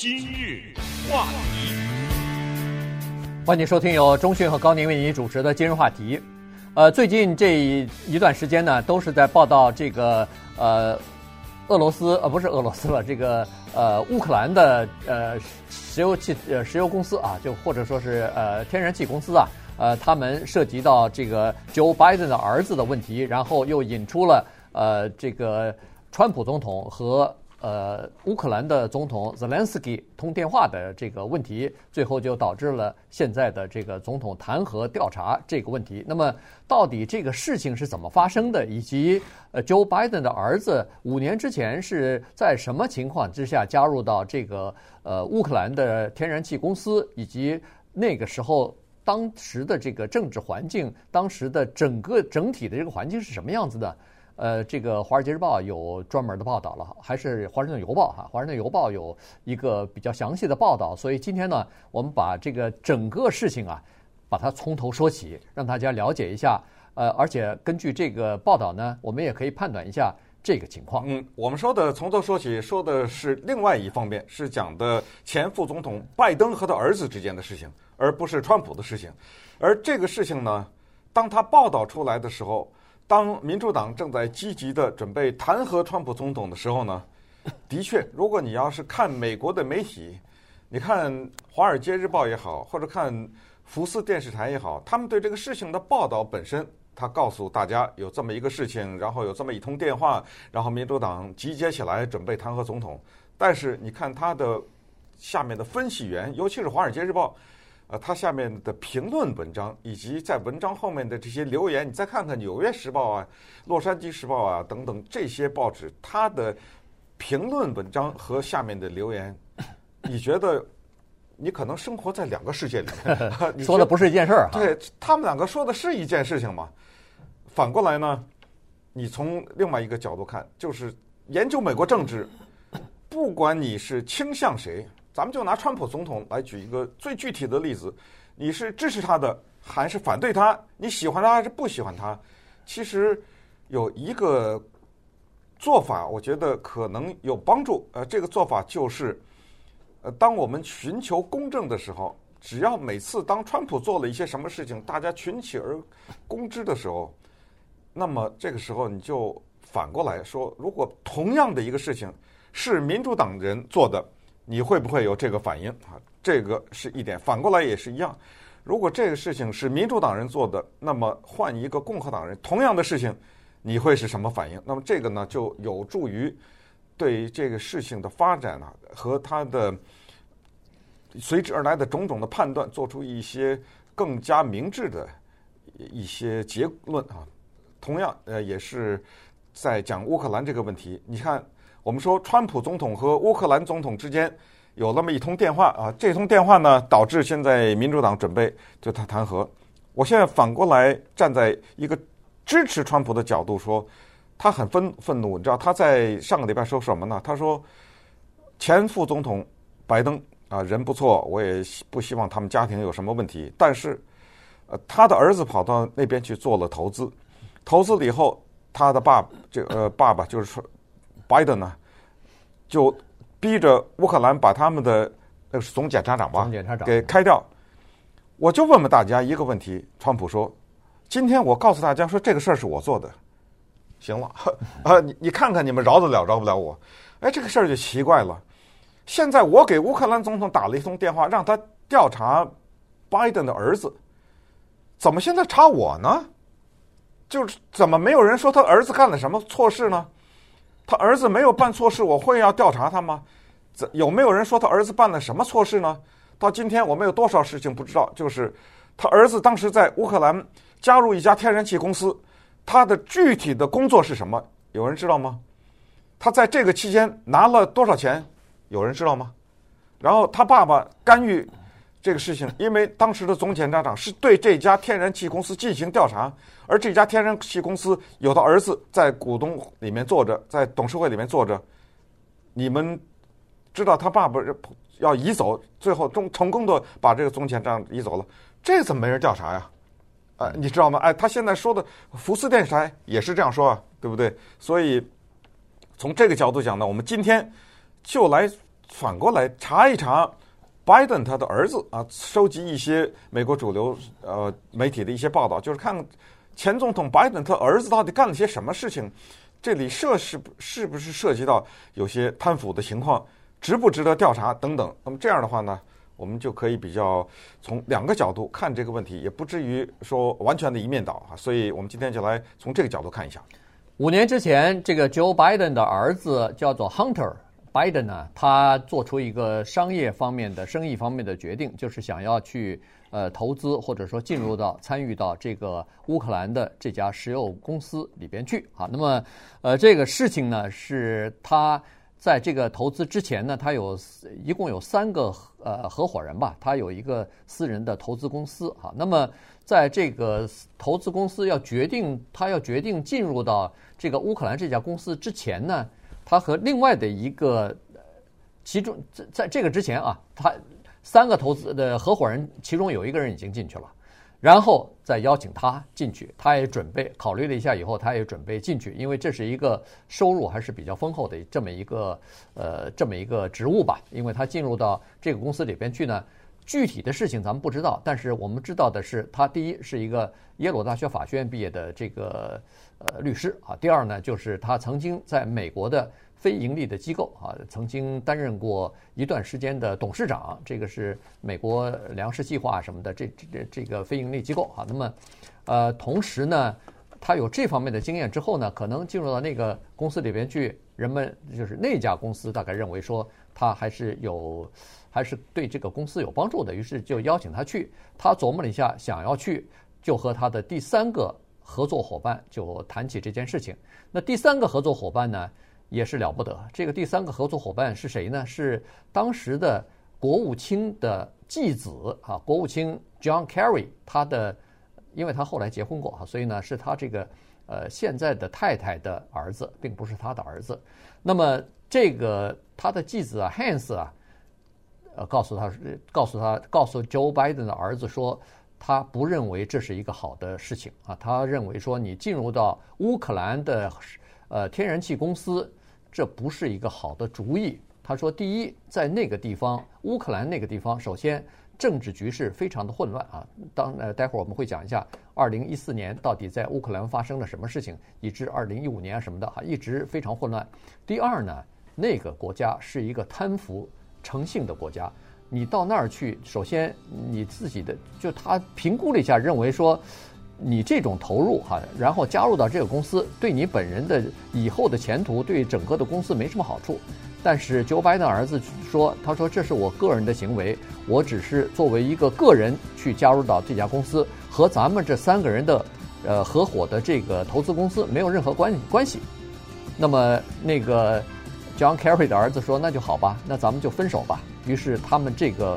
今日话题， 欢迎收听由钟迅和高宁为您主持的今日话题。最近这一段时间呢，都是在报道这个俄罗斯不是俄罗斯了，这个乌克兰的石油公司啊，就或者说是天然气公司啊，他们涉及到这个 Joe Biden 的儿子的问题，然后又引出了这个川普总统和乌克兰的总统 Zelensky 通电话的这个问题，最后就导致了现在的这个总统弹劾调查这个问题。那么，到底这个事情是怎么发生的，以及Joe Biden 的儿子5年之前是在什么情况之下加入到这个乌克兰的天然气公司，以及那个时候当时的这个政治环境，当时的整体的这个环境是什么样子的？这个《华尔街日报》有专门的报道了，还是《华盛顿邮报》哈？《华盛顿邮报》有一个比较详细的报道，所以今天呢，我们把这个整个事情啊，把它从头说起，让大家了解一下。而且根据这个报道呢，我们也可以判断一下这个情况。 我们说的从头说起，说的是另外一方面，是讲的前副总统拜登和他儿子之间的事情，而不是川普的事情。而这个事情呢，当他报道出来的时候，当民主党正在积极的准备弹劾川普总统的时候呢，的确，如果你要是看美国的媒体，你看《华尔街日报》也好，或者看福斯电视台也好，他们对这个事情的报道本身，他告诉大家有这么一个事情，然后有这么一通电话，然后民主党集结起来准备弹劾总统。但是你看他的下面的分析员，尤其是《华尔街日报》。它下面的评论文章，以及在文章后面的这些留言，你再看看《纽约时报》啊、《洛杉矶时报》啊等等这些报纸，它的评论文章和下面的留言，你觉得你可能生活在两个世界里面， 说的不是一件事儿。 对，他们两个说的是一件事情嘛。反过来呢，你从另外一个角度看，就是研究美国政治，不管你是倾向谁。咱们就拿川普总统来举一个最具体的例子，你是支持他的还是反对他？你喜欢他还是不喜欢他？其实有一个做法，我觉得可能有帮助。这个做法就是，当我们寻求公正的时候，只要每次当川普做了一些什么事情，大家群起而攻之的时候，那么这个时候你就反过来说，如果同样的一个事情是民主党人做的，你会不会有这个反应啊？这个是一点，反过来也是一样。如果这个事情是民主党人做的，那么换一个共和党人，同样的事情，你会是什么反应？那么这个呢，就有助于对这个事情的发展啊和它的随之而来的种种的判断，做出一些更加明智的一些结论啊。同样，也是在讲乌克兰这个问题。你看。我们说，川普总统和乌克兰总统之间有那么一通电话啊，这通电话呢，导致现在民主党准备对他弹劾。我现在反过来站在一个支持川普的角度说，他很愤怒。你知道他在上个礼拜说什么呢？他说，前副总统拜登啊人不错，我也不希望他们家庭有什么问题，但是他的儿子跑到那边去做了投资了以后，他的爸爸就是说。拜登呢，就逼着乌克兰把他们的那个总检察长给开掉。我就问大家一个问题：川普说，今天我告诉大家说这个事儿是我做的，行了你看看你们饶不了我？哎，这个事儿就奇怪了。现在我给乌克兰总统打了一通电话，让他调查拜登的儿子，怎么现在查我呢？就是怎么没有人说他儿子干了什么错事呢？他儿子没有办错事，我会要调查他吗？有没有人说他儿子办了什么错事呢？到今天我们有多少事情不知道，就是他儿子当时在乌克兰加入一家天然气公司，他的具体的工作是什么？有人知道吗？他在这个期间拿了多少钱？有人知道吗？然后他爸爸干预这个事情，因为当时的总检察长是对这家天然气公司进行调查，而这家天然气公司有的儿子在股东里面坐着，在董事会里面坐着。你们知道他爸爸要移走，最后成功的把这个总检察长移走了，这怎么没人调查呀？你知道吗？他现在说的福斯电视台也是这样说啊，对不对？所以从这个角度讲呢，我们今天就来反过来查一查拜登他的儿子啊，收集一些美国主流媒体的一些报道，就是看前总统拜登他儿子到底干了些什么事情，这里是不是涉及到有些贪腐的情况，值不值得调查等等。那么这样的话呢，我们就可以比较从两个角度看这个问题，也不至于说完全的一面倒啊。所以我们今天就来从这个角度看一下。 5年之前，这个 Joe Biden 的儿子叫做 Hunter Biden 呢，他做出一个生意方面的决定，就是想要去投资或者说参与到这个乌克兰的这家石油公司里边去啊。那么这个事情呢，是他在这个投资之前呢，他一共有3个合伙人吧，他有一个私人的投资公司啊。那么在这个投资公司要决定进入到这个乌克兰这家公司之前呢，他和另外的一个其中在这个之前啊，他3个投资的合伙人其中有一个人已经进去了，然后再邀请他进去，他也准备考虑了一下以后，他也准备进去，因为这是一个收入还是比较丰厚的这么一个职务吧。因为他进入到这个公司里边去呢，具体的事情咱们不知道，但是我们知道的是，他第一是一个耶鲁大学法学院毕业的这个律师啊，第二呢就是他曾经在美国的非盈利的机构啊，曾经担任过一段时间的董事长，这个是美国粮食计划什么的这个非盈利机构啊。那么同时呢，他有这方面的经验之后呢，可能进入到那个公司里边去，人们就是那家公司大概认为说他还是对这个公司有帮助的，于是就邀请他去。他琢磨了一下，想要去，就和他的第3个合作伙伴就谈起这件事情。那第3个合作伙伴呢，也是了不得。这个第3个合作伙伴是谁呢？是当时的国务卿的继子啊，国务卿 John Kerry， 因为他后来结婚过，所以呢是他这个现在的太太的儿子，并不是他的儿子。那么这个他的继子啊 Hans 啊，告诉 Joe Biden 的儿子说，他不认为这是一个好的事情啊，他认为说你进入到乌克兰的天然气公司，这不是一个好的主意。他说，第一，在那个地方，乌克兰那个地方，首先政治局势非常的混乱啊。待会儿我们会讲一下2014年到底在乌克兰发生了什么事情，以至2015年什么的一直非常混乱。第二呢，那个国家是一个贪腐成性的国家，你到那儿去，首先你自己的他评估了一下，认为说你这种投入然后加入到这个公司，对你本人的以后的前途，对整个的公司没什么好处。但是Joe Biden的儿子说，他说这是我个人的行为，我只是作为一个个人去加入到这家公司，和咱们这3个人的合伙的这个投资公司没有任何关系。那么那个John Kerry 的儿子说，那就好吧，那咱们就分手吧。于是他们这个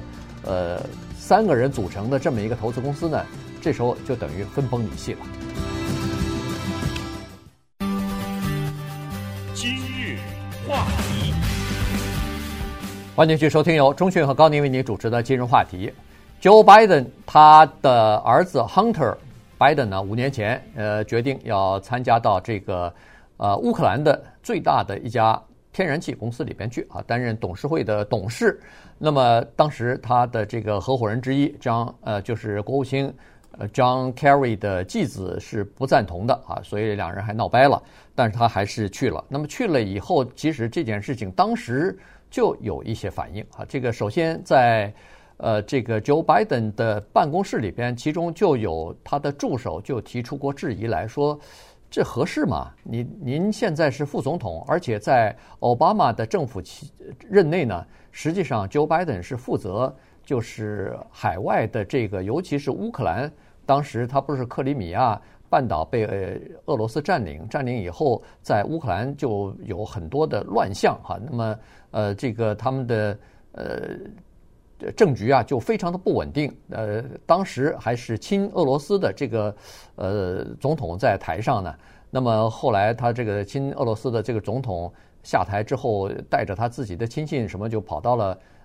3个人组成的这么一个投资公司呢，这时候就等于分崩离析了。 今日话题， 欢迎继续收听由钟迅和高宁为你主持的今日话题。Joe Biden 他的儿子 Hunter Biden 呢，5年前决定要参加到这个乌克兰的最大的一家天然气公司里边去啊，担任董事会的董事。那么当时他的这个合伙人之一就是国务卿John Kerry 的继子是不赞同的啊，所以两人还闹掰了，但是他还是去了。那么去了以后，其实这件事情当时就有一些反应啊。这个首先在这个 Joe Biden 的办公室里边，其中就有他的助手就提出过质疑来说，这合适吗？您现在是副总统，而且在奥巴马的政府任内呢，实际上 Joe Biden 是负责就是海外的这个，尤其是乌克兰。当时他不是克里米亚半岛被俄罗斯占领以后，在乌克兰就有很多的乱象哈。那么这个他们的政局啊就非常的不稳定。当时还是亲俄罗斯的这个总统在台上呢。那么后来他这个亲俄罗斯的这个总统下台之后，带着他自己的亲信什么就跑到了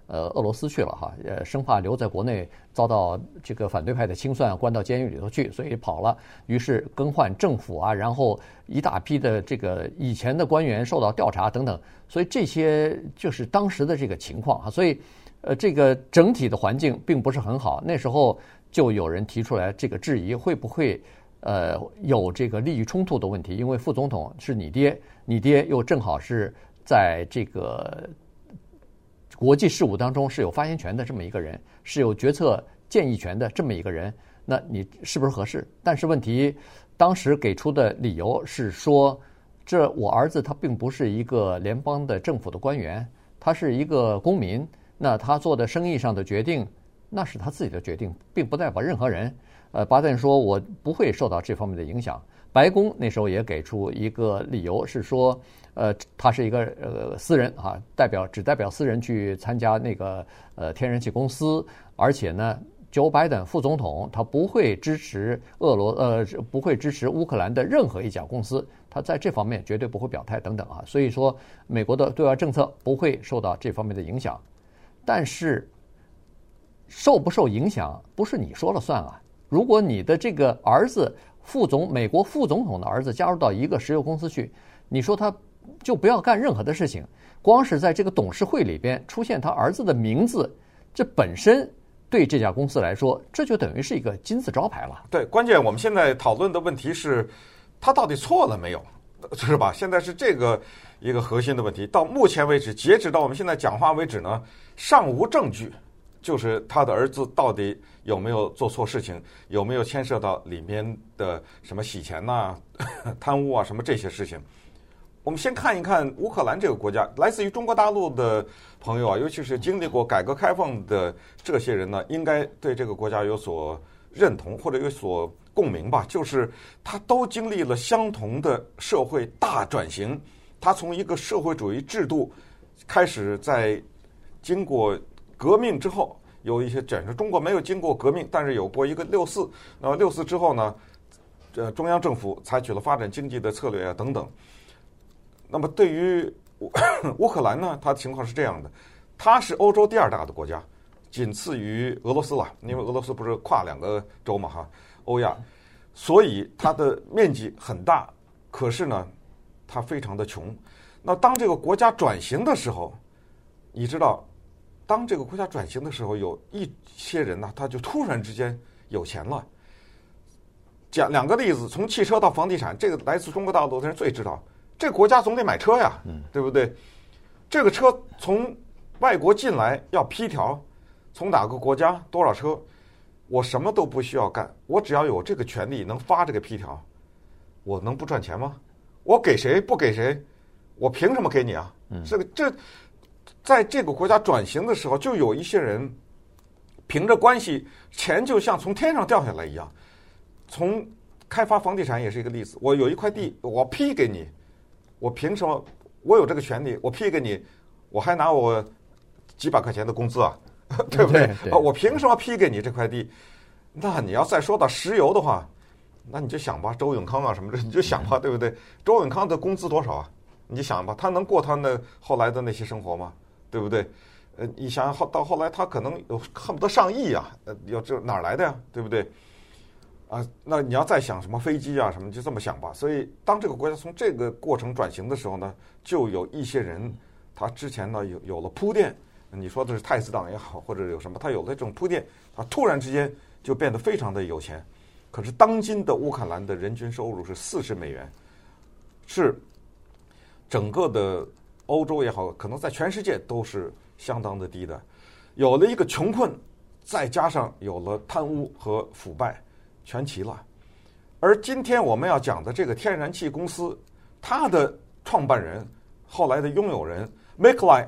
俄罗斯去了哈，生怕留在国内遭到这个反对派的清算，关到监狱里头去，所以跑了。于是更换政府啊，然后一大批的这个以前的官员受到调查等等，所以这些就是当时的这个情况啊。所以这个整体的环境并不是很好。那时候就有人提出来这个质疑，会不会有这个利益冲突的问题？因为副总统是你爹，你爹又正好是在这个国际事务当中是有发言权的这么一个人，是有决策建议权的这么一个人，那你是不是合适？但是问题当时给出的理由是说，这我儿子他并不是一个联邦的政府的官员，他是一个公民，那他做的生意上的决定那是他自己的决定，并不代表任何人。巴登说我不会受到这方面的影响。白宫那时候也给出一个理由，是说他是一个私人啊，只代表私人去参加那个天然气公司，而且呢，Joe Biden 副总统他不会支持不会支持乌克兰的任何一家公司，他在这方面绝对不会表态等等啊。所以说，美国的对外政策不会受到这方面的影响。但是受不受影响不是你说了算啊。如果你的这个儿子美国副总统的儿子加入到一个石油公司去，你说他就不要干任何的事情，光是在这个董事会里边出现他儿子的名字，这本身对这家公司来说，这就等于是一个金字招牌了。 对，关键我们现在讨论的问题是，他到底错了没有，是吧？现在是这个一个核心的问题。到目前为止，截止到我们现在讲话为止呢，尚无证据，就是他的儿子到底有没有做错事情，有没有牵涉到里面的什么洗钱呐、贪污啊什么这些事情。我们先看一看乌克兰这个国家，来自于中国大陆的朋友啊，尤其是经历过改革开放的这些人呢，应该对这个国家有所认同或者有所共鸣吧。就是他都经历了相同的社会大转型，他从一个社会主义制度开始，在经过革命之后有一些转折。中国没有经过革命，但是有过一个6·4。那么6·4之后呢，中央政府采取了发展经济的策略啊等等。那么对于乌克兰呢，它的情况是这样的，它是欧洲第2大的国家，仅次于俄罗斯了，因为俄罗斯不是跨2个洲嘛哈，欧亚，所以它的面积很大，可是呢，它非常的穷。那当这个国家转型的时候，你知道，当这个国家转型的时候，有一些人呢，他就突然之间有钱了。讲2个例子，从汽车到房地产，这个来自中国大陆的人最知道。这个国家总得买车呀，对不对？这个车从外国进来要批条，从哪个国家多少车，我什么都不需要干，我只要有这个权利能发这个批条，我能不赚钱吗？我给谁不给谁，我凭什么给你啊？这在这个国家转型的时候，就有一些人凭着关系，钱就像从天上掉下来一样。从开发房地产也是一个例子，我有一块地，我批给你。我凭什么？我有这个权利，我批给你，我还拿我几百块钱的工资啊，对不对？我凭什么批给你这块地？那你要再说到石油的话，那你就想吧，周永康啊什么的，你就想吧，对不对？周永康的工资多少啊？你就想吧，他能过他那后来的那些生活吗？对不对？你想到后来他可能有恨不得上亿啊，有这哪来的呀？对不对？啊，那你要再想什么飞机啊什么，就这么想吧。所以，当这个国家从这个过程转型的时候呢，就有一些人，他之前呢有了铺垫，你说的是太子党也好，或者有什么，他有了这种铺垫，他突然之间就变得非常的有钱。可是，当今的乌克兰的人均收入是40美元，是整个的欧洲也好，可能在全世界都是相当的低的。有了一个穷困，再加上有了贪污和腐败。全齐了。而今天我们要讲的这个天然气公司，它的创办人，后来的拥有人 Mykolai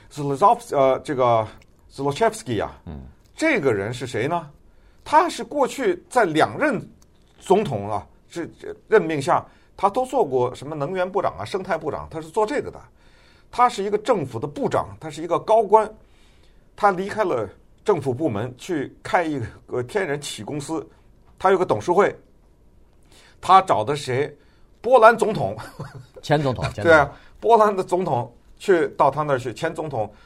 Zlochevsky 啊，这个人是谁呢？他是过去在2任总统啊任命下，他都做过什么能源部长啊、生态部长，他是做这个的。他是一个政府的部长，他是一个高官，他离开了政府部门去开一个天然气公司。他有个董事会，他找的谁？波兰总统， 前总统， 对啊，波兰的总统去到他那儿去，前总统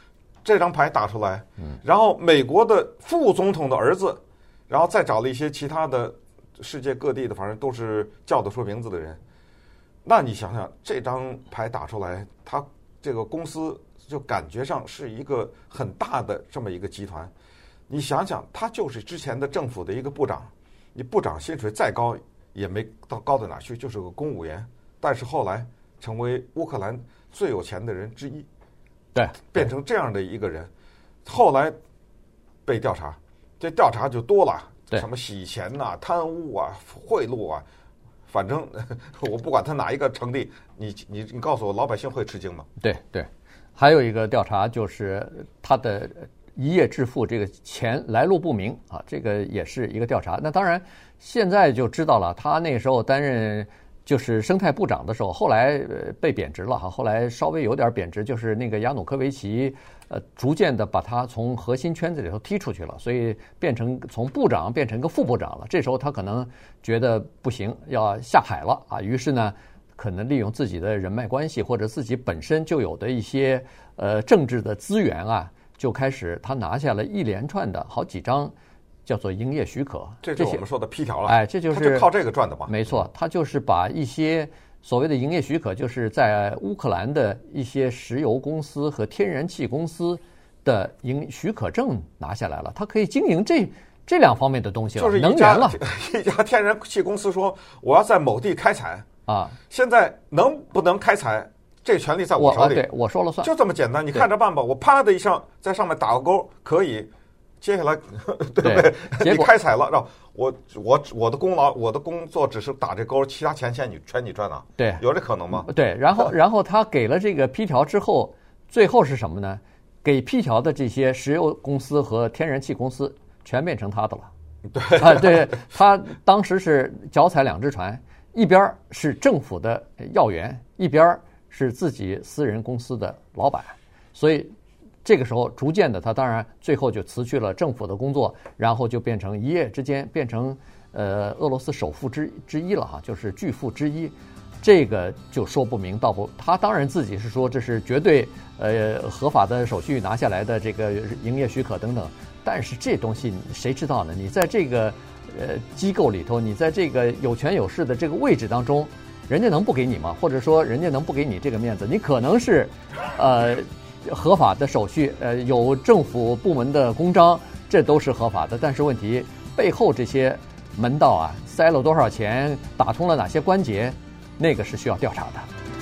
这张牌打出来，然后美国的副总统的儿子，然后再找了一些其他的世界各地的，反正都是叫得出名字的人。那你想想，这张牌打出来，他这个公司就感觉上是一个很大的这么一个集团。你想想，他就是之前的政府的一个部长，你部长薪水再高也没到高到哪去，就是个公务员。但是后来成为乌克兰最有钱的人之一， 对， 变成这样的一个人，后来被调查，这调查就多了，什么洗钱呐、贪污啊、贿赂啊。反正我不管他哪一个成立，你告诉我，老百姓会吃惊吗？ 对对，还有一个调查就是他的一夜致富，这个钱来路不明啊，这个也是一个调查。那当然现在就知道了，他那时候担任就是生态部长的时候，后来被贬值了哈，后来稍微有点贬值，就是那个亚努科维奇逐渐的把他从核心圈子里头踢出去了，所以变成从部长变成一个副部长了。这时候他可能觉得不行，要下海了啊，于是呢，可能利用自己的人脉关系或者自己本身就有的一些政治的资源啊，就开始他拿下了一连串的好几张叫做营业许可， 这就是我们说的批条了。 哎，这就是他就靠这个赚的嘛。 没错，他就是把一些所谓的营业许可，就是在乌克兰的一些石油公司和天然气公司的许可证拿下来了，他可以经营这两方面的东西了， 就是能源了。 一家天然气公司说我要在某地开采啊， 现在能不能开采，这权利在我手里， 对，我说了算， 就这么简单。你看着办吧，我啪的一声在上面打个勾，可以。接下来，对不对？你开采了，让我的功劳，我的工作只是打这勾，其他钱全你赚了。 对， 有这可能吗？ 对，然后他给了这个批条之后，最后是什么呢？给批条的这些石油公司和天然气公司全变成他的了。 对啊，对，他当时是脚踩两只船，一边是政府的要员，一边是自己私人公司的老板，所以。这个时候，逐渐的，他当然最后就辞去了政府的工作，然后就变成一夜之间变成俄罗斯首富之一了哈，就是巨富之一。这个就说不明道不，他当然自己是说这是绝对合法的手续拿下来的这个营业许可等等，但是这东西谁知道呢？你在这个机构里头，你在这个有权有势的这个位置当中，人家能不给你吗？或者说人家能不给你这个面子？你可能是合法的手续，有政府部门的公章，这都是合法的。但是问题背后这些门道啊，塞了多少钱，打通了哪些关节，那个是需要调查的。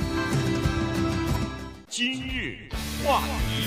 今日话题，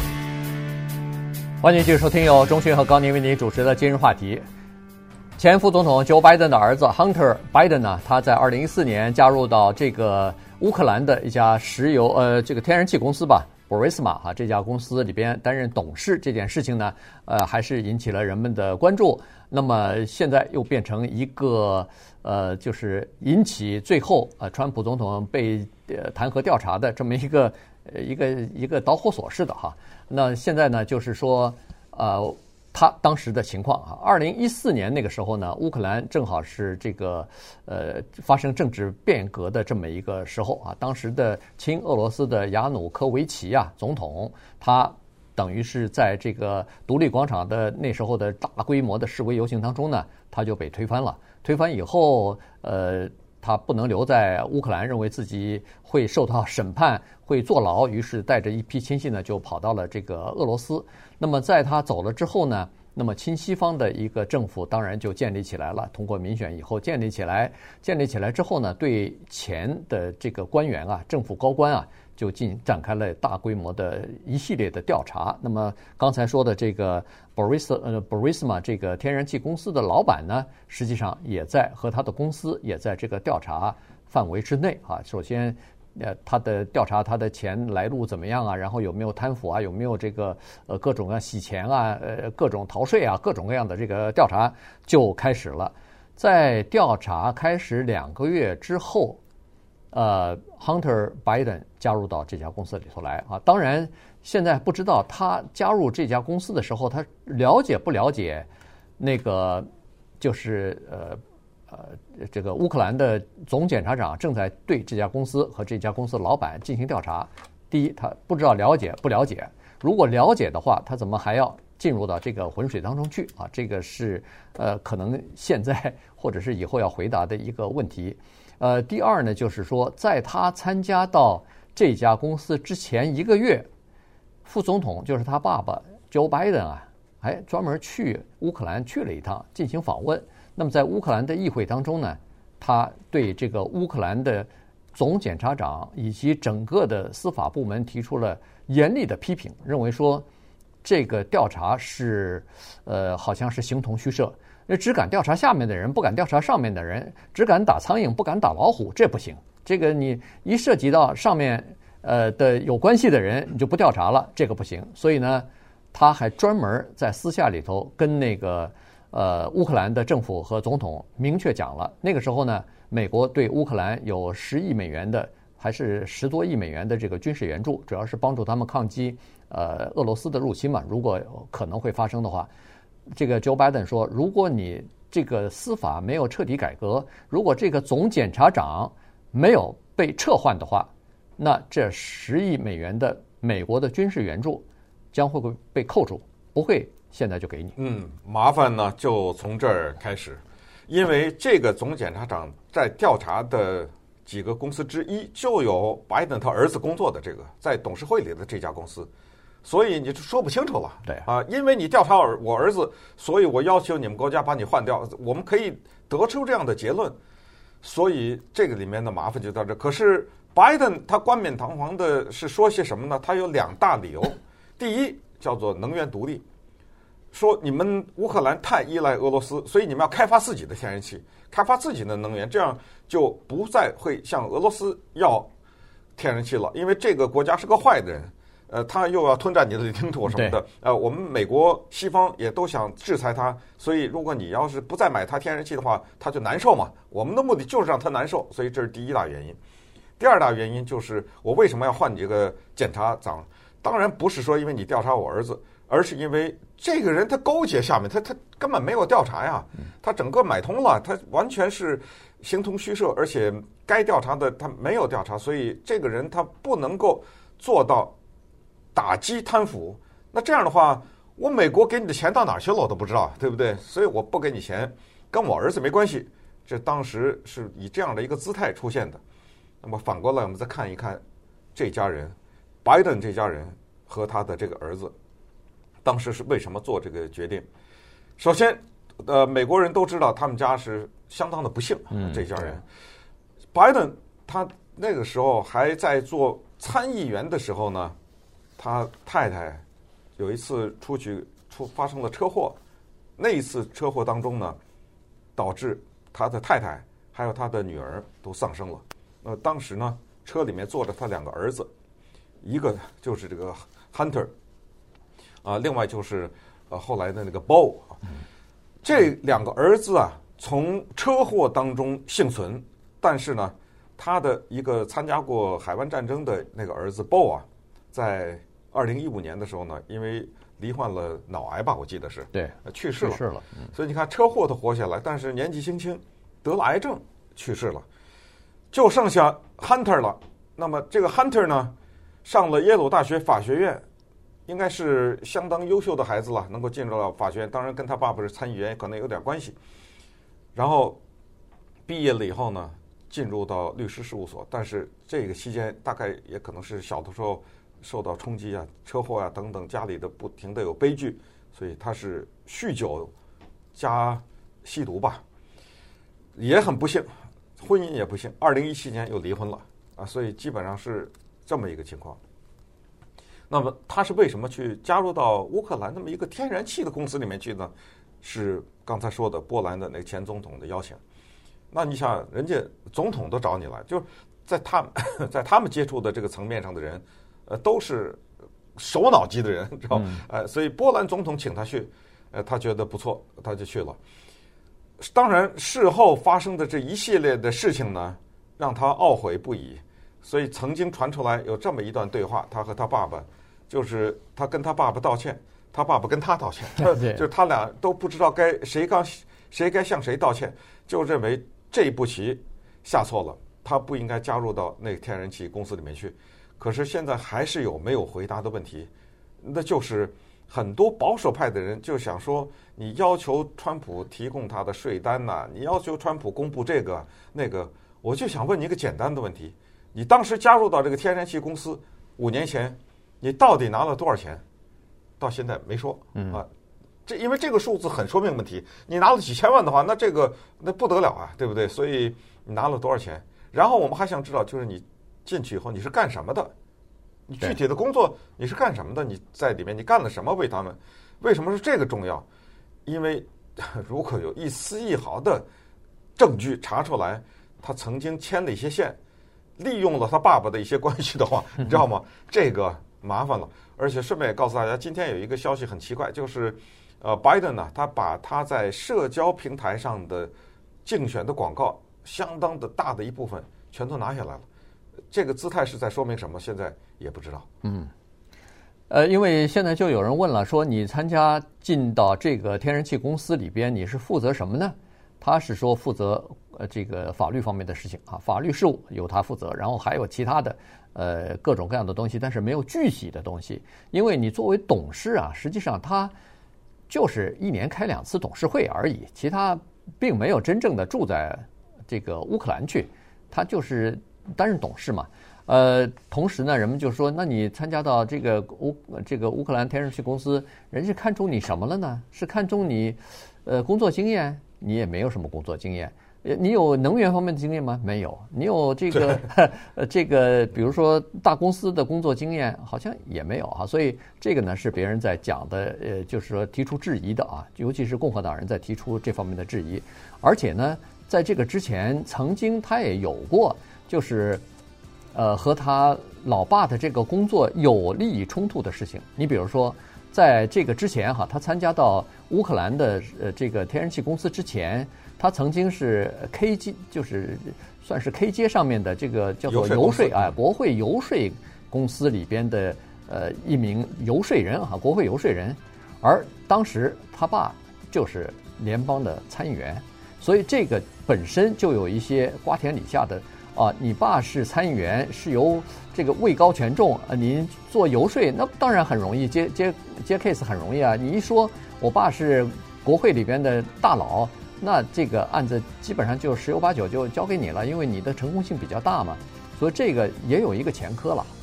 欢迎继续收听由钟迅和高宁为您主持的今日话题。前副总统 Joe Biden 的儿子 Hunter Biden 呢，他在2014年加入到这个乌克兰的一家石油这个天然气公司吧。Burisma 哈，这家公司里边担任董事这件事情呢，还是引起了人们的关注。那么现在又变成一个就是引起最后川普总统被弹劾调查的这么一个导火索似的哈。那现在呢，就是说他当时的情况啊，2014年那个时候呢，乌克兰正好是这个发生政治变革的这么一个时候啊。当时的亲俄罗斯的亚努科维奇啊总统，他等于是在这个独立广场的那时候的大规模的示威游行当中呢，他就被推翻了。推翻以后，他不能留在乌克兰，认为自己会受到审判，会坐牢，于是带着一批亲信呢，就跑到了这个俄罗斯。那么在他走了之后呢，那么亲西方的一个政府当然就建立起来了，通过民选以后建立起来之后呢，对前的这个官员啊，政府高官啊，就展开了大规模的一系列的调查。那么刚才说的这个 Burisma 这个天然气公司的老板呢，实际上也在和他的公司也在这个调查范围之内啊。首先他的调查他的钱来路怎么样啊，然后有没有贪腐啊，有没有这个各种啊洗钱啊，各种逃税啊，各种各样的这个调查就开始了。在调查开始2个月之后，Hunter Biden 加入到这家公司里头来啊。当然，现在不知道他加入这家公司的时候，他了解不了解那个就是这个乌克兰的总检察长正在对这家公司和这家公司老板进行调查。第一，他不知道了解不了解； 如果了解的话，他怎么还要进入到这个浑水当中去啊？这个是可能现在或者是以后要回答的一个问题。第二呢，就是说，在他参加到这家公司之前1个月，副总统就是他爸爸 Joe Biden 啊，专门去乌克兰去了一趟进行访问。那么在乌克兰的议会当中呢，他对这个乌克兰的总检察长以及整个的司法部门提出了严厉的批评，认为说这个调查是好像是形同虚设。那只敢调查下面的人，不敢调查上面的人，只敢打苍蝇，不敢打老虎，这不行。这个你一涉及到上面的有关系的人，你就不调查了，这个不行。所以呢，他还专门在私下里头跟那个乌克兰的政府和总统明确讲了。那个时候呢，美国对乌克兰有10亿美元的，还是10多亿美元的这个军事援助，主要是帮助他们抗击俄罗斯的入侵嘛。如果可能会发生的话。这个 Joe Biden 说，如果你这个司法没有彻底改革，如果这个总检察长没有被撤换的话，那这10亿美元的美国的军事援助将会被扣住，不会现在就给你。 麻烦呢就从这儿开始，因为这个总检察长在调查的几个公司之一，就有拜登他儿子工作的这个在董事会里的这家公司。所以你就说不清楚了， 对啊，因为你调查我儿子，所以我要求你们国家把你换掉，我们可以得出这样的结论。所以这个里面的麻烦就到这。可是拜登他冠冕堂皇的是说些什么呢？他有2大理由。第一叫做能源独立，说你们乌克兰太依赖俄罗斯，所以你们要开发自己的天然气，开发自己的能源，这样就不再会向俄罗斯要天然气了，因为这个国家是个坏人。他又要吞占你的领土什么的，我们美国西方也都想制裁他，所以如果你要是不再买他天然气的话，他就难受嘛。我们的目的就是让他难受，所以这是第一大原因。第二大原因就是我为什么要换你这个检察长？当然不是说因为你调查我儿子，而是因为这个人他勾结下面，他根本没有调查呀，他整个买通了，他完全是形同虚设，而且该调查的他没有调查，所以这个人他不能够做到打击贪腐。那这样的话，我美国给你的钱到哪儿去了我都不知道，对不对？所以我不给你钱，跟我儿子没关系。这当时是以这样的一个姿态出现的。那么反过来，我们再看一看这家人，拜登这家人和他的这个儿子，当时是为什么做这个决定？首先，美国人都知道他们家是相当的不幸，这家人。拜登他那个时候还在做参议员的时候呢，他太太有一次发生了车祸，那一次车祸当中呢，导致他的太太还有他的女儿都丧生了。当时呢，车里面坐着他2个儿子，一个就是这个 Hunter， 另外就是后来的那个 Bo。这2个儿子啊，从车祸当中幸存，但是呢，他的一个参加过海湾战争的那个儿子 Bo 啊，在2015年的时候呢，因为罹患了脑癌吧，我记得是， 对， 去世了。所以你看，车祸他活下来，但是年纪轻轻得了癌症去世了，就剩下 Hunter 了。那么这个 Hunter 呢，上了耶鲁大学法学院，应该是相当优秀的孩子了，能够进入到法学院。当然跟他爸爸是参议员可能有点关系。然后毕业了以后呢，进入到律师事务所，但是这个期间大概也可能是小的时候受到冲击啊、车祸啊等等，家里的不停的有悲剧，所以他是酗酒加吸毒吧，也很不幸，婚姻也不幸，2017年又离婚了啊，所以基本上是这么一个情况。那么他是为什么去加入到乌克兰那么一个天然气的公司里面去呢？是刚才说的波兰的那个前总统的邀请。那你想，人家总统都找你来，就是在他们接触的这个层面上的人，都是首脑级的人，知道吗？所以波兰总统请他去，他觉得不错，他就去了。当然，事后发生的这一系列的事情呢，让他懊悔不已。所以曾经传出来有这么一段对话，他和他爸爸，就是他跟他爸爸道歉，他爸爸跟他道歉，就是他俩都不知道谁该向谁道歉，就认为这一步棋下错了，他不应该加入到那个天然气公司里面去。可是现在还是有没有回答的问题。 那就是很多保守派的人就想说，你要求川普提供他的税单呐，你要求川普公布这个那个，我就想问你一个简单的问题：你当时加入到这个天然气公司5年前，你到底拿了多少钱？到现在没说啊。因为这个数字很说明问题。你拿了几千万的话，那不得了啊，对不对？所以你拿了多少钱？然后我们还想知道，就是你进去以后你是干什么的？你具体的工作你是干什么的？你在里面你干了什么为他们？为什么是这个重要？因为如果有一丝一毫的证据查出来，他曾经牵了一些线，利用了他爸爸的一些关系的话，你知道吗？这个麻烦了。而且顺便也告诉大家，今天有一个消息很奇怪，就是拜登呢，他把他在社交平台上的竞选的广告相当的大的一部分全都拿下来了。这个姿态是在说明什么？现在也不知道。 因为现在就有人问了，说你参加进到这个天然气公司里边，你是负责什么呢？他是说负责这个法律方面的事情啊，法律事务由他负责，然后还有其他的各种各样的东西，但是没有具体的东西。因为你作为董事啊，实际上他就是1年开2次董事会而已，其他并没有真正的住在这个乌克兰去，他就是担任董事嘛。同时呢，人们就说，那你参加到这个乌克兰天然气公司，人家看中你什么了呢？是看中你工作经验？你也没有什么工作经验。你有能源方面的经验吗？没有。你有这个比如说大公司的工作经验，好像也没有啊。所以这个呢是别人在讲的，就是说提出质疑的啊，尤其是共和党人在提出这方面的质疑。而且呢，在这个之前，曾经他也有过，就是和他老爸的这个工作有利益冲突的事情。你比如说，在这个之前哈，他参加到乌克兰的这个天然气公司之前，他曾经是 K 阶，就是算是 K 阶上面的这个叫做游说国会游说公司里边的一名游说人啊，国会游说人。而当时他爸就是联邦的参议员，所以这个本身就有一些瓜田李下的。你爸是参议员，是由这个位高权重，您做游说，那当然很容易接 case 很容易啊。你一说我爸是国会里边的大佬，那这个案子基本上就10有8九就交给你了，因为你的成功性比较大嘛。所以这个也有一个前科了。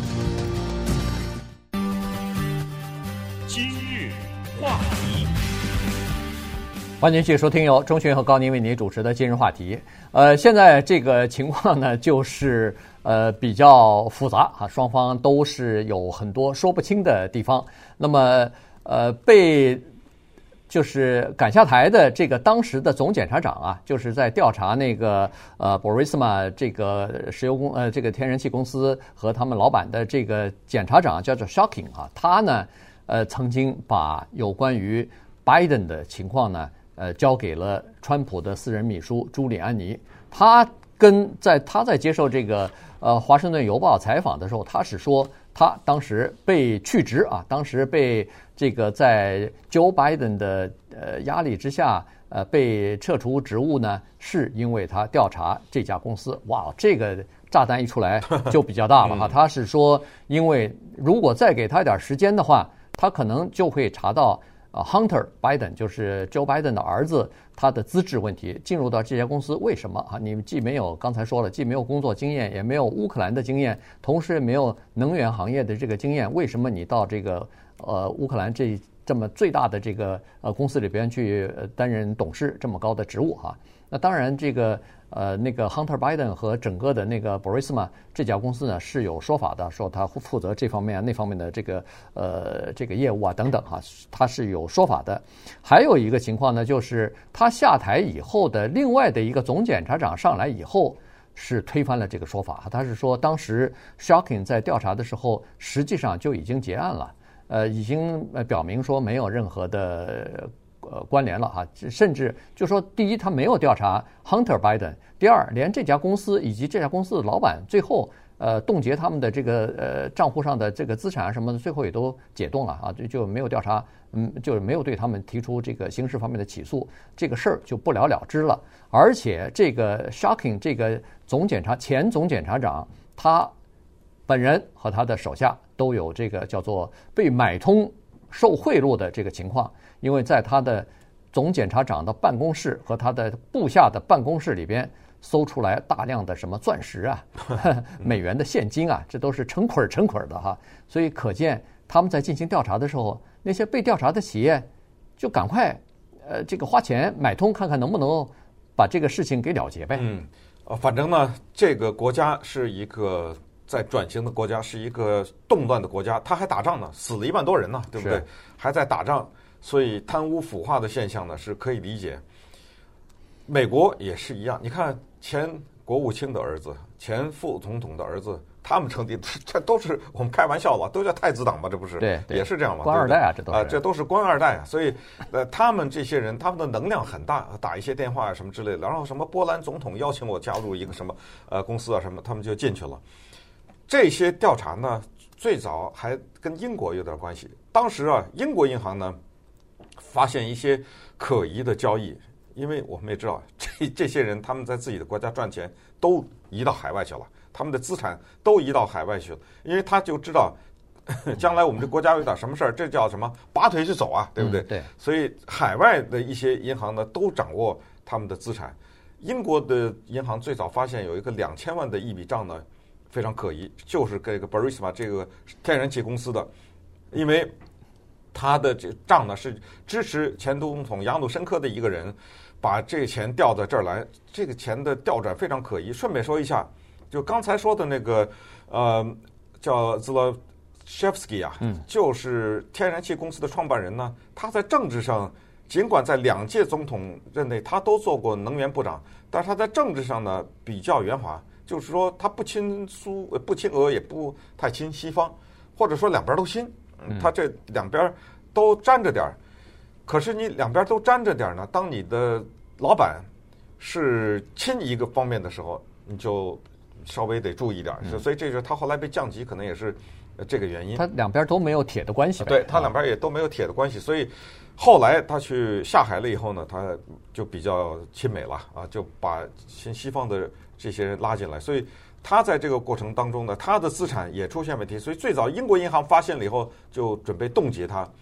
今日话题。 欢迎继续收听由钟迅和高宁为您主持的今日话题。现在这个情况呢，就是比较复杂啊，双方都是有很多说不清的地方。那么被就是赶下台的这个当时的总检察长啊，就是在调查那个Burisma 这个这个天然气公司和他们老板的这个检察长叫做 Shocking 啊，他呢曾经把有关于 Biden 的情况呢交给了川普的私人秘书朱利安尼。他在接受这个华盛顿邮报采访的时候，他是说他当时被去职啊，当时被这个在 Joe Biden 的压力之下被撤除职务呢，是因为他调查这家公司。哇，这个炸弹一出来就比较大了哈。他是说，因为如果再给他一点时间的话，他可能就会查到Hunter Biden 就是 Joe Biden 的儿子，他的资质问题进入到这家公司，为什么啊？你既没有刚才说了，既没有工作经验，也没有乌克兰的经验，同时也没有能源行业的这个经验，为什么你到这个乌克兰这么最大的这个公司里边去担任董事这么高的职务哈？那当然这个那个 Hunter Biden 和整个的那个 Burisma 这家公司呢是有说法的，说他负责这方面那方面的这个业务啊等等哈，他是有说法的。还有一个情况呢，就是他下台以后的另外的一个总检察长上来以后是推翻了这个说法，他是说当时 Shocking 在调查的时候实际上就已经结案了，已经表明说没有任何的关联了哈，甚至就说第一他没有调查 Hunter Biden， 第二连这家公司以及这家公司的老板最后冻结他们的这个账户上的这个资产什么的，最后也都解冻了啊，就没有调查，就没有对他们提出这个刑事方面的起诉，这个事儿就不了了之了。而且这个 Shocking 这个前总检察长，他本人和他的手下都有这个叫做被买通受贿赂的这个情况，因为在他的总检察长的办公室和他的部下的办公室里边搜出来大量的什么钻石啊、美元的现金啊，这都是成捆的哈。所以可见他们在进行调查的时候，那些被调查的企业就赶快这个花钱买通，看看能不能把这个事情给了结呗。 反正呢，这个国家是一个在转型的国家，是一个动乱的国家，他还打仗呢，死了1万多人呢，对不对？还在打仗，所以贪污腐化的现象呢是可以理解。美国也是一样，你看前国务卿的儿子、前副总统的儿子，他们称帝，这都是我们开玩笑了，都叫太子党嘛，这不是？ 对， 也是这样嘛， 官二代啊， 这都是官二代啊。所以，他们这些人，他们的能量很大，打一些电话啊什么之类的。然后什么波兰总统邀请我加入一个什么公司啊什么，他们就进去了。这些调查呢，最早还跟英国有点关系。当时啊，英国银行呢发现一些可疑的交易。因为我们也知道，这些人他们在自己的国家赚钱都移到海外去了，他们的资产都移到海外去了，因为他就知道，将来我们这国家有点什么事儿，这叫什么拔腿就走啊，对不对？ 对。 所以海外的一些银行呢，都掌握他们的资产。英国的银行最早发现有一个2000万的一笔账呢，非常可疑，就是这个 Burisma 这个天然气公司的，因为他的这账呢是支持前总统亚努申科的一个人。把这个钱调到这儿来，这个钱的调转非常可疑。顺便说一下，就刚才说的那个叫 Zlochevsky 啊，就是天然气公司的创办人呢，他在政治上尽管在2届总统任内他都做过能源部长，但是他在政治上呢比较圆滑，就是说他不亲苏不亲俄，也不太亲西方，或者说两边都亲，他这两边都沾着点儿。可是你两边都沾着点呢，当你的老板是亲一个方面的时候，你就稍微得注意点。所以这就是他后来被降级，可能也是这个原因。 他两边都没有铁的关系。 对，他两边也都没有铁的关系，所以后来他去下海了以后呢，他就比较亲美了啊，就把亲西方的这些人拉进来。所以他在这个过程当中呢，他的资产也出现问题。所以最早英国银行发现了以后，就准备冻结他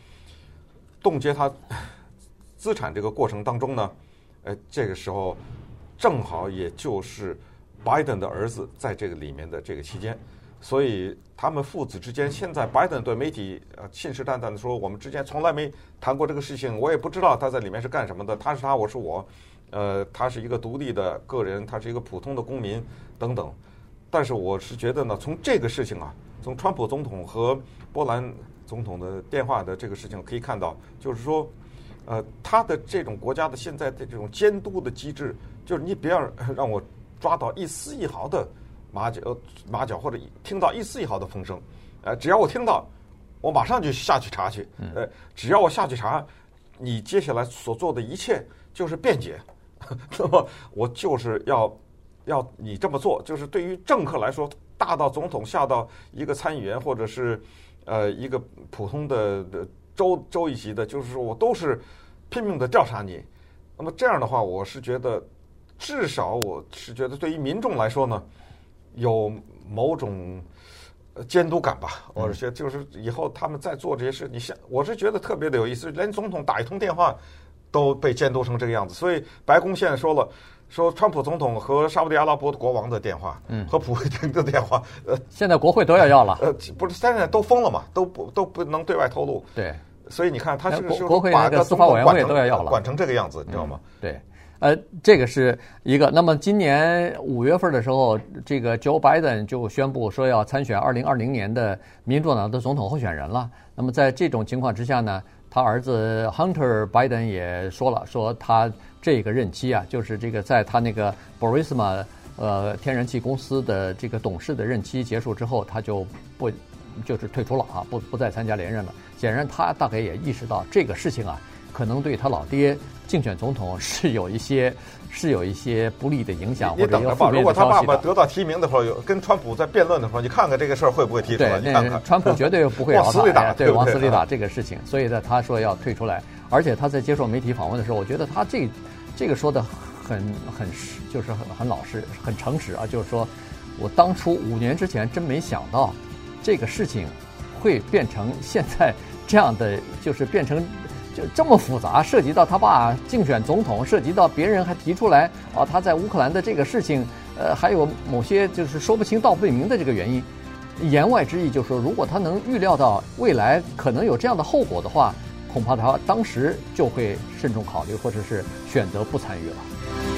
资产这个过程当中呢，这个时候正好也就是拜登的儿子在这个里面的这个期间，所以他们父子之间，现在拜登对媒体信誓旦旦的说，我们之间从来没谈过这个事情，我也不知道他在里面是干什么的，他是他，我是我，他是一个独立的个人，他是一个普通的公民等等。但是我是觉得呢，从这个事情啊，从川普总统和波兰总统的电话的这个事情可以看到，就是说，他的这种国家的现在的这种监督的机制，就是你不要让我抓到一丝一毫的马脚，或者听到一丝一毫的风声，只要我听到，我马上就下去查去，只要我下去查，你接下来所做的一切就是辩解，那么我就是要你这么做，就是对于政客来说，大到总统，下到一个参议员，或者是一个普通的州一级的，就是说我都是拼命的调查你。那么这样的话，我是觉得，至少我是觉得对于民众来说呢，有某种监督感吧。我是觉得，就是以后他们在做这些事，我是觉得特别的有意思，连总统打一通电话都被监督成这个样子。所以白宫现在说川普总统和沙烏地阿拉伯的国王的电话，和普京的电话， 现在国会都要了， 不是现在都封了嘛，都不能对外透露。 对， 所以你看，他这个国会那个司法委员会都要了， 管成这个样子，你知道吗？ 对，这个是一个。那么今年5月份的时候，这个 Joe Biden 就宣布说要参选2020年的民主党的总统候选人了。那么在这种情况之下呢，他儿子 Hunter Biden 也说了，说他这个任期啊，就是这个在他那个 Burisma 天然气公司的这个董事的任期结束之后，他就是退出了啊，不再参加连任了。显然他大概也意识到这个事情啊，可能对他老爹竞选总统是有一些不利的影响，或者有负面的消息的。 如果他爸爸得到提名的时候，跟川普在辩论的时候，你看看这个事儿会不会提出来？你看看， 川普绝对不会往死里打， 对，往死里打这个事情。所以呢，他说要退出来，而且他在接受媒体访问的时候，我觉得他这个说的就是很老实，很诚实啊，就是说， 我当初5年之前真没想到这个事情会变成现在这样的，就是变成就这么复杂，涉及到他爸竞选总统，涉及到别人还提出来他在乌克兰的这个事情，还有某些就是说不清道不明的这个原因。言外之意就是说，如果他能预料到未来可能有这样的后果的话，恐怕他当时就会慎重考虑，或者是选择不参与了。